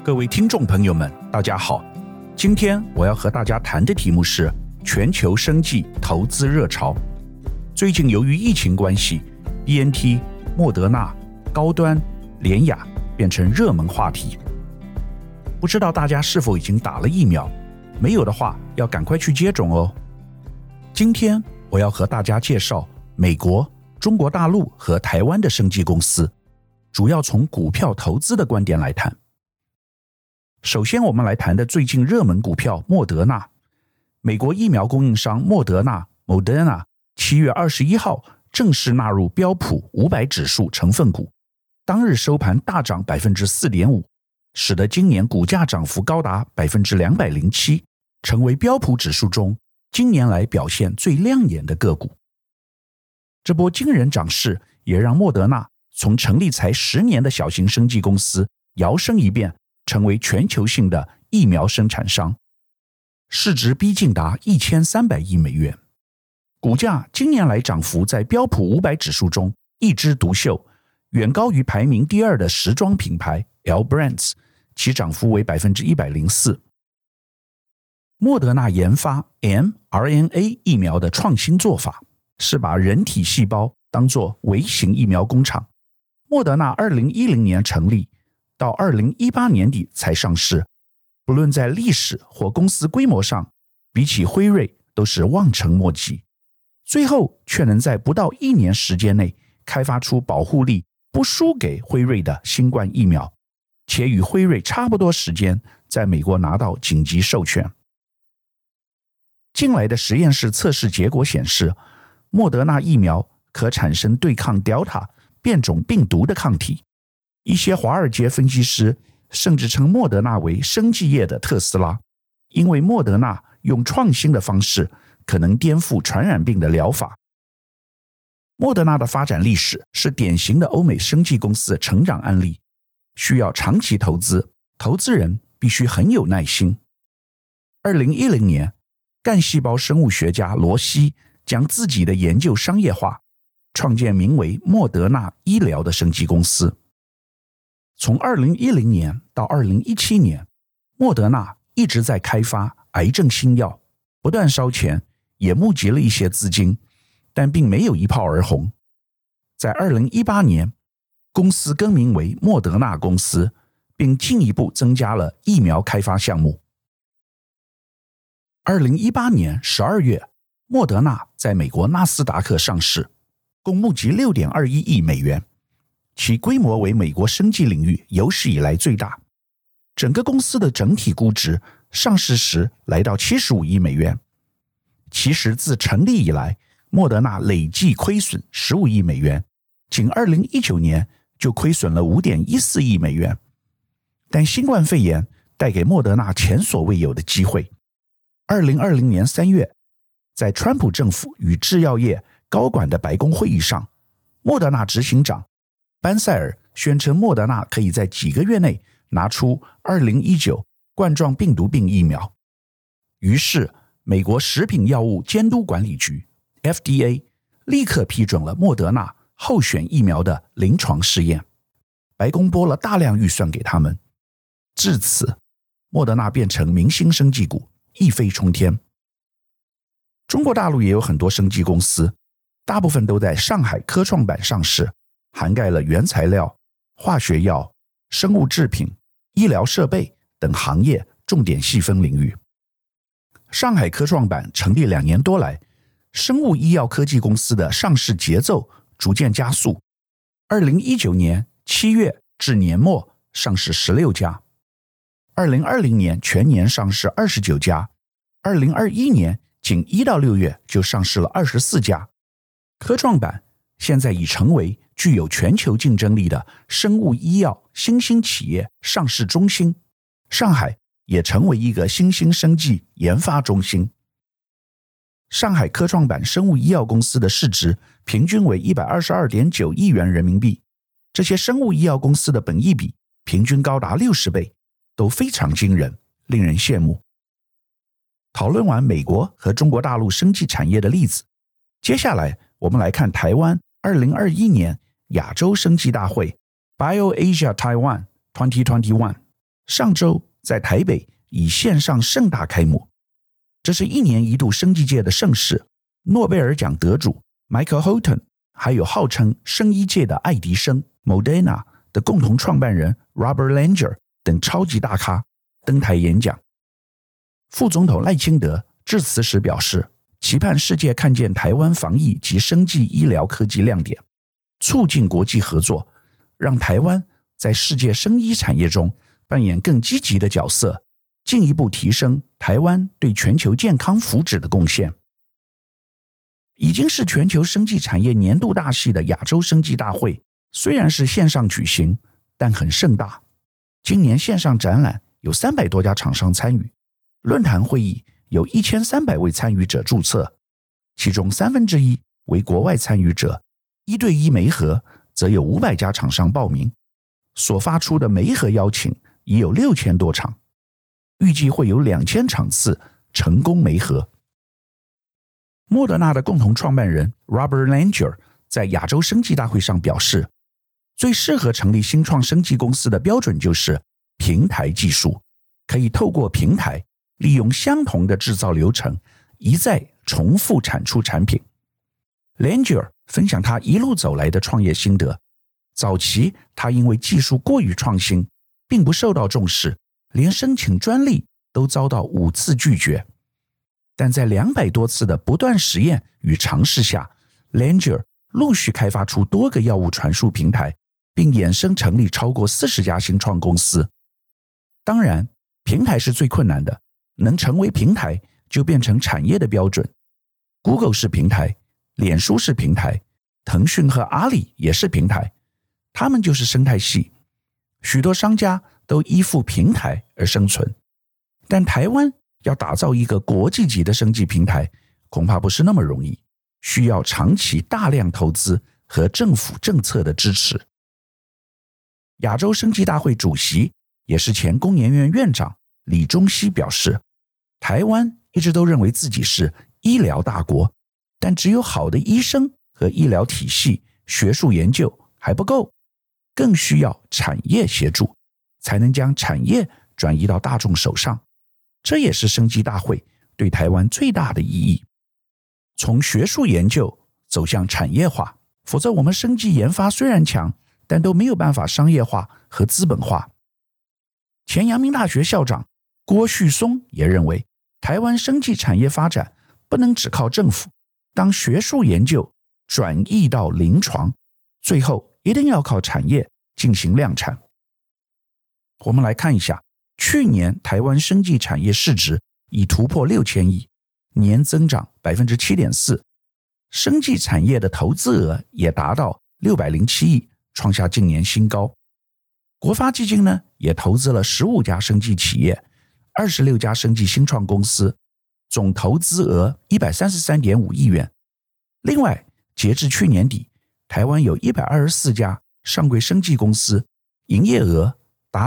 各位听众朋友们，大家好。今天我要和大家谈的题目是全球生技投资热潮。最近由于疫情关系 ，BNT、莫德纳、高端、联雅变成热门话题。不知道大家是否已经打了疫苗？没有的话，要赶快去接种哦。今天我要和大家介绍美国、中国大陆和台湾的生技公司，主要从股票投资的观点来谈。首先我们来谈的最近热门股票莫德纳。美国疫苗供应商莫德纳 Moderna 7月21号正式纳入标普500指数成分股，当日收盘大涨 4.5%， 使得今年股价涨幅高达 207%， 成为标普指数中今年来表现最亮眼的个股。这波惊人涨势也让莫德纳从成立才10年的小型生技公司摇身一变成为全球性的疫苗生产商，市值逼近达1300亿美元，股价今年来涨幅在标普500指数中一枝独秀，远高于排名第2的时装品牌 L Brands， 其涨幅为 104%。 莫德纳研发 mRNA 疫苗的创新做法是把人体细胞当作微型疫苗工厂。莫德纳2010年成立，到2018年底才上市，不论在历史或公司规模上，比起辉瑞都是望尘莫及，最后却能在不到1年时间内开发出保护力不输给辉瑞的新冠疫苗，且与辉瑞差不多时间在美国拿到紧急授权。近来的实验室测试结果显示，莫德纳疫苗可产生对抗 Delta 变种病毒的抗体。一些华尔街分析师甚至称莫德纳为生技业的特斯拉，因为莫德纳用创新的方式可能颠覆传染病的疗法。莫德纳的发展历史是典型的欧美生技公司的成长案例，需要长期投资，投资人必须很有耐心。2010年，干细胞生物学家罗西将自己的研究商业化，创建名为莫德纳医疗的生技公司。从2010年到2017年，莫德纳一直在开发癌症新药，不断烧钱，也募集了一些资金，但并没有一炮而红。在2018年，公司更名为莫德纳公司，并进一步增加了疫苗开发项目。2018年12月，莫德纳在美国纳斯达克上市，共募集 6.21 亿美元，其规模为美国生技领域有史以来最大。整个公司的整体估值上市时来到75亿美元。其实自成立以来，莫德纳累计亏损15亿美元，仅2019年就亏损了 5.14 亿美元。但新冠肺炎带给莫德纳前所未有的机会。2020年3月，在川普政府与制药业高管的白宫会议上，莫德纳执行长班塞尔宣称莫德纳可以在几个月内拿出2019冠状病毒病疫苗。于是美国食品药物监督管理局 FDA 立刻批准了莫德纳候选疫苗的临床试验，白宫拨了大量预算给他们。至此，莫德纳变成明星生技股，一飞冲天。中国大陆也有很多生技公司，大部分都在上海科创板上市，涵盖了原材料、化学药、生物制品、医疗设备等行业重点细分领域。上海科创板成立2年多来，生物医药科技公司的上市节奏逐渐加速。2019年7月至年末上市16家，2020年全年上市29家，2021年仅1到6月就上市了24家。科创板现在已成为具有全球竞争力的生物医药新兴企业上市中心，上海也成为一个新兴生技研发中心。上海科创板生物医药公司的市值平均为 122.9 亿元人民币，这些生物医药公司的本益比平均高达60倍，都非常惊人，令人羡慕。讨论完美国和中国大陆生技产业的例子，接下来我们来看台湾2021年亚洲生技大会 BioAsia Taiwan 2021。 上周在台北以线上盛大开幕。这是1年1度生技界的盛事，诺贝尔奖得主 Michael Houghton 还有号称生医界的爱迪生 Moderna 的共同创办人 Robert Langer 等超级大咖登台演讲。副总统赖清德致辞时表示，期盼世界看见台湾防疫及生技医疗科技亮点，促进国际合作，让台湾在世界生医产业中扮演更积极的角色，进一步提升台湾对全球健康福祉的贡献。已经是全球生技产业年度大戏的亚洲生技大会，虽然是线上举行，但很盛大。今年线上展览有300多家厂商参与，论坛会议有1300位参与者注册，其中1/3为国外参与者，1对1媒合则有500家厂商报名，所发出的媒合邀请已有6000多场，预计会有2000场次成功媒合。莫德纳的共同创办人 Robert Langer 在亚洲生技大会上表示，最适合成立新创生技公司的标准就是平台技术，可以透过平台利用相同的制造流程，一再重复产出产品。Langer 分享他一路走来的创业心得，早期他因为技术过于创新，并不受到重视，连申请专利都遭到5次拒绝。但在200多次的不断实验与尝试下， Langer 陆续开发出多个药物传输平台，并衍生成立超过40家新创公司。当然，平台是最困难的，能成为平台就变成产业的标准。 Google 是平台，脸书是平台，腾讯和阿里也是平台，他们就是生态系。许多商家都依附平台而生存，但台湾要打造一个国际级的生技平台，恐怕不是那么容易，需要长期大量投资和政府政策的支持。亚洲生技大会主席也是前工研院院长李宗熙表示，台湾一直都认为自己是医疗大国，但只有好的医生和医疗体系、学术研究还不够，更需要产业协助，才能将产业转移到大众手上。这也是生技大会对台湾最大的意义，从学术研究走向产业化，否则我们生技研发虽然强，但都没有办法商业化和资本化。前阳明大学校长郭旭松也认为，台湾生技产业发展不能只靠政府，当学术研究转移到临床，最后一定要靠产业进行量产。我们来看一下，去年台湾生技产业市值已突破6000亿，年增长 7.4%， 生技产业的投资额也达到607亿，创下近年新高。国发基金呢，也投资了15家生技企业，26家生技新创公司，总投资额 133.5 亿元。另外，截至去年底，台湾有124家上柜生技公司，营业额达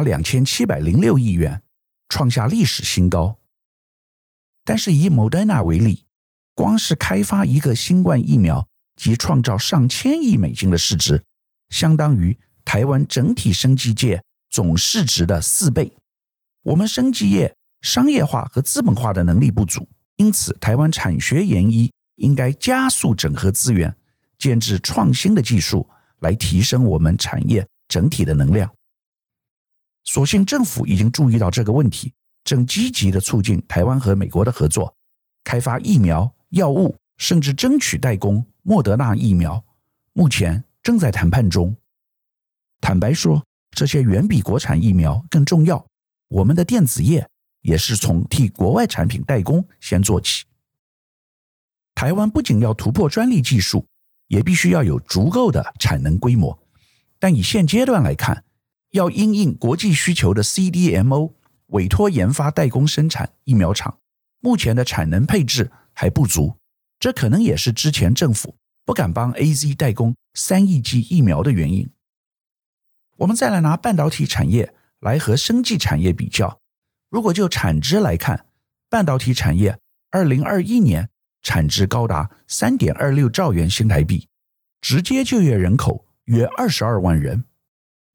2706亿元，创下历史新高。但是以 Moderna 为例，光是开发一个新冠疫苗即创造上千亿美金的市值，相当于台湾整体生技界总市值的4倍。我们生技业商业化和资本化的能力不足，因此台湾产学研医应该加速整合资源，建置创新的技术，来提升我们产业整体的能量。所幸政府已经注意到这个问题，正积极地促进台湾和美国的合作，开发疫苗、药物，甚至争取代工莫德纳疫苗，目前正在谈判中。坦白说，这些远比国产疫苗更重要，我们的电子业也是从替国外产品代工先做起。台湾不仅要突破专利技术，也必须要有足够的产能规模，但以现阶段来看，要因应国际需求的 CDMO 委托研发代工生产疫苗厂，目前的产能配置还不足，这可能也是之前政府不敢帮 AZ 代工3亿剂疫苗的原因。我们再来拿半导体产业来和生技产业比较，如果就产值来看，半导体产业2021年产值高达 3.26 兆元新台币，直接就业人口约22万人。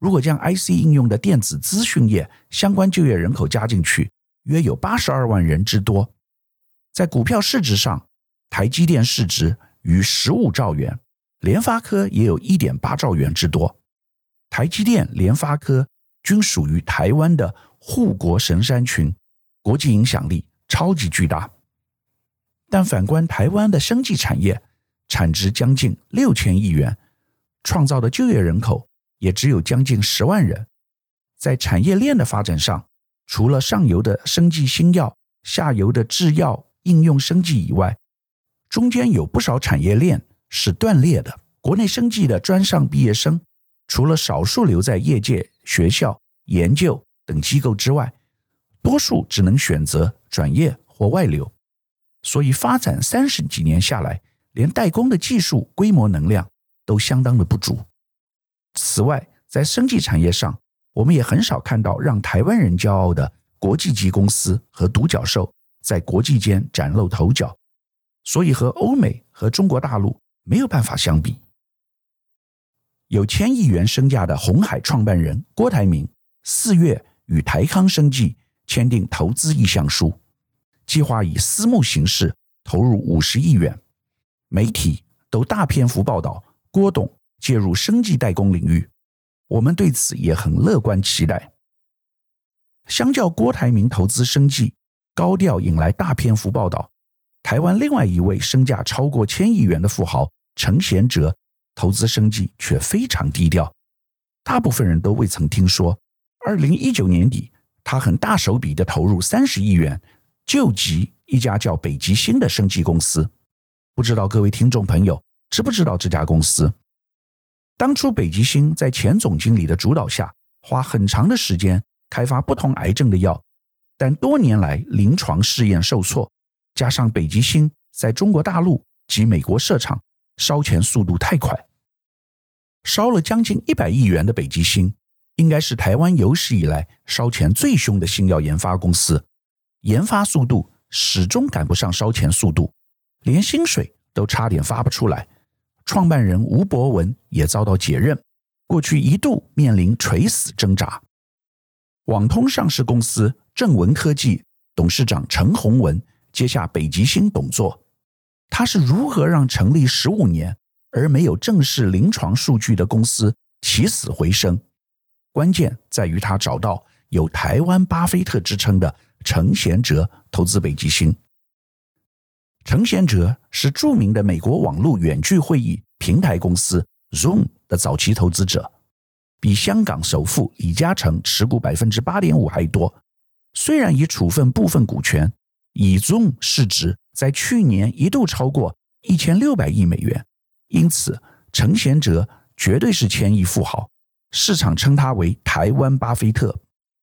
如果将 IC 应用的电子资讯业相关就业人口加进去，约有82万人之多。在股票市值上，台积电市值逾15兆元，联发科也有 1.8 兆元之多。台积电、联发科均属于台湾的护国神山群，国际影响力超级巨大。但反观台湾的生技产业，产值将近6000亿元，创造的就业人口也只有将近10万人。在产业链的发展上，除了上游的生技新药、下游的制药、应用生技以外，中间有不少产业链是断裂的。国内生技的专上毕业生，除了少数留在业界、学校、研究等机构之外，多数只能选择转业或外流。所以发展30几年下来，连代工的技术、规模、能量都相当的不足。此外，在生技产业上，我们也很少看到让台湾人骄傲的国际级公司和独角兽在国际间崭露头角，所以和欧美和中国大陆没有办法相比。有1000亿元身价的鸿海创办人郭台铭4月与台康生技签订投资意向书，计划以私募形式投入50亿元。媒体都大篇幅报道郭董介入生技代工领域，我们对此也很乐观期待。相较郭台铭投资生技，高调引来大篇幅报道，台湾另外一位身价超过1000亿元的富豪陈贤哲投资生技却非常低调，大部分人都未曾听说。2019年底，他很大手笔地投入30亿元救急一家叫北极星的生技公司。不知道各位听众朋友知不知道这家公司？当初北极星在前总经理的主导下，花很长的时间开发不同癌症的药，但多年来临床试验受挫，加上北极星在中国大陆及美国设厂，烧钱速度太快。烧了将近100亿元的北极星，应该是台湾有史以来烧钱最凶的新药研发公司，研发速度始终赶不上烧钱速度，连薪水都差点发不出来。创办人吴伯文也遭到解任，过去一度面临垂死挣扎。网通上市公司正文科技董事长陈宏文接下北极星董座，他是如何让成立15年而没有正式临床数据的公司起死回生？关键在于他找到有台湾巴菲特之称的陈贤哲投资北极星。陈贤哲是著名的美国网络远距会议平台公司 Zoom 的早期投资者，比香港首富李嘉诚持股 8.5% 还多。虽然已处分部分股权，以 Zoom 市值在去年一度超过1600亿美元，因此陈贤哲绝对是1000亿富豪，市场称他为台湾巴菲特。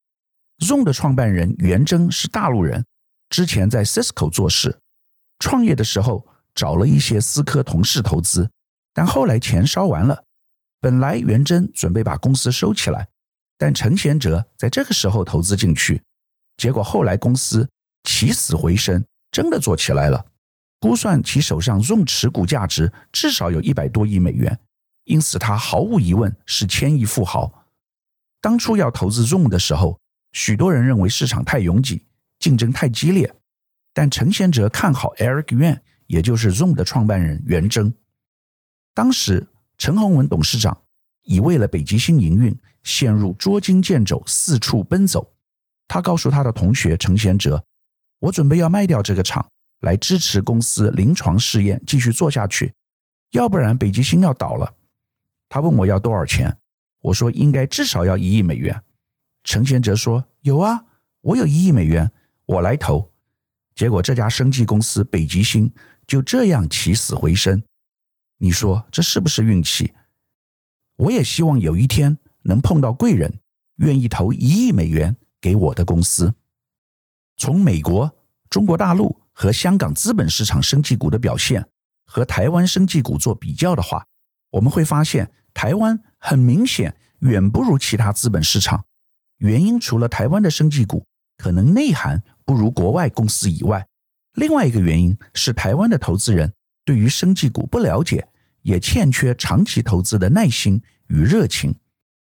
Zoom 的创办人袁征是大陆人，之前在 Cisco 做事，创业的时候找了一些思科同事投资，但后来钱烧完了。本来袁征准备把公司收起来，但陈贤哲在这个时候投资进去，结果后来公司起死回生，真的做起来了。估算其手上 Zoom 持股价值至少有100多亿美元，因此他毫无疑问是1000亿富豪。当初要投资 Zoom 的时候，许多人认为市场太拥挤，竞争太激烈，但陈贤哲看好 Eric Yuan， 也就是 Zoom 的创办人袁征。当时陈宏文董事长已为了北极星营运陷入捉襟见肘，四处奔走。他告诉他的同学陈贤哲，我准备要卖掉这个厂，来支持公司临床试验继续做下去，要不然北极星要倒了。他问我要多少钱，我说应该至少要1亿美元。陈贤哲说，有啊，我有1亿美元，我来投。结果这家生技公司北极星就这样起死回生。你说这是不是运气？我也希望有一天能碰到贵人，愿意投1亿美元给我的公司。从美国、中国大陆和香港资本市场生技股的表现和台湾生技股做比较的话，我们会发现台湾很明显远不如其他资本市场。原因除了台湾的生技股可能内涵不如国外公司以外，另外一个原因是台湾的投资人对于生技股不了解，也欠缺长期投资的耐心与热情。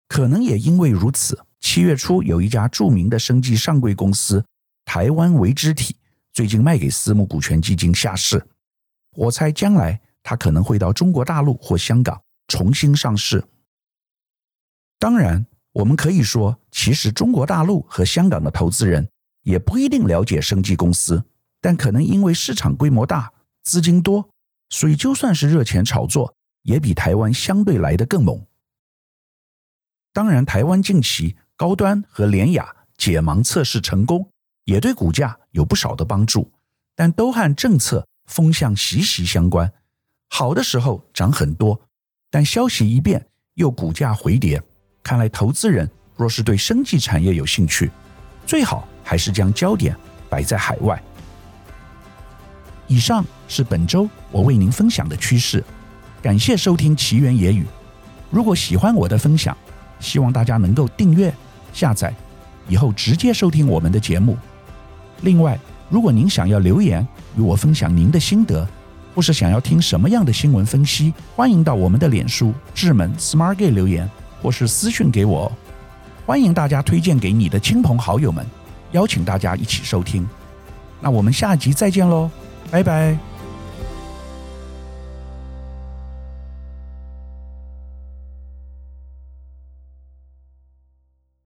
可能也因为如此，7月初有一家著名的生技上柜公司台湾维之体最近卖给私募股权基金下市，我猜将来它可能会到中国大陆或香港重新上市。当然，我们可以说，其实中国大陆和香港的投资人也不一定了解生技公司，但可能因为市场规模大，资金多，所以就算是热钱炒作，也比台湾相对来得更猛。当然，台湾近期高端和联雅解盲测试成功，也对股价有不少的帮助，但都和政策风向息息相关。好的时候涨很多，但消息一变又股价回跌。看来投资人若是对生技产业有兴趣，最好还是将焦点摆在海外。以上是本周我为您分享的趋势，感谢收听奇缘野语。如果喜欢我的分享，希望大家能够订阅、下载，以后直接收听我们的节目。另外，如果您想要留言与我分享您的心得，或是想要听什么样的新闻分析，欢迎到我们的脸书智门 SmartGay 留言，或是私讯给我。欢迎大家推荐给你的亲朋好友们，邀请大家一起收听。那我们下集再见咯，拜拜。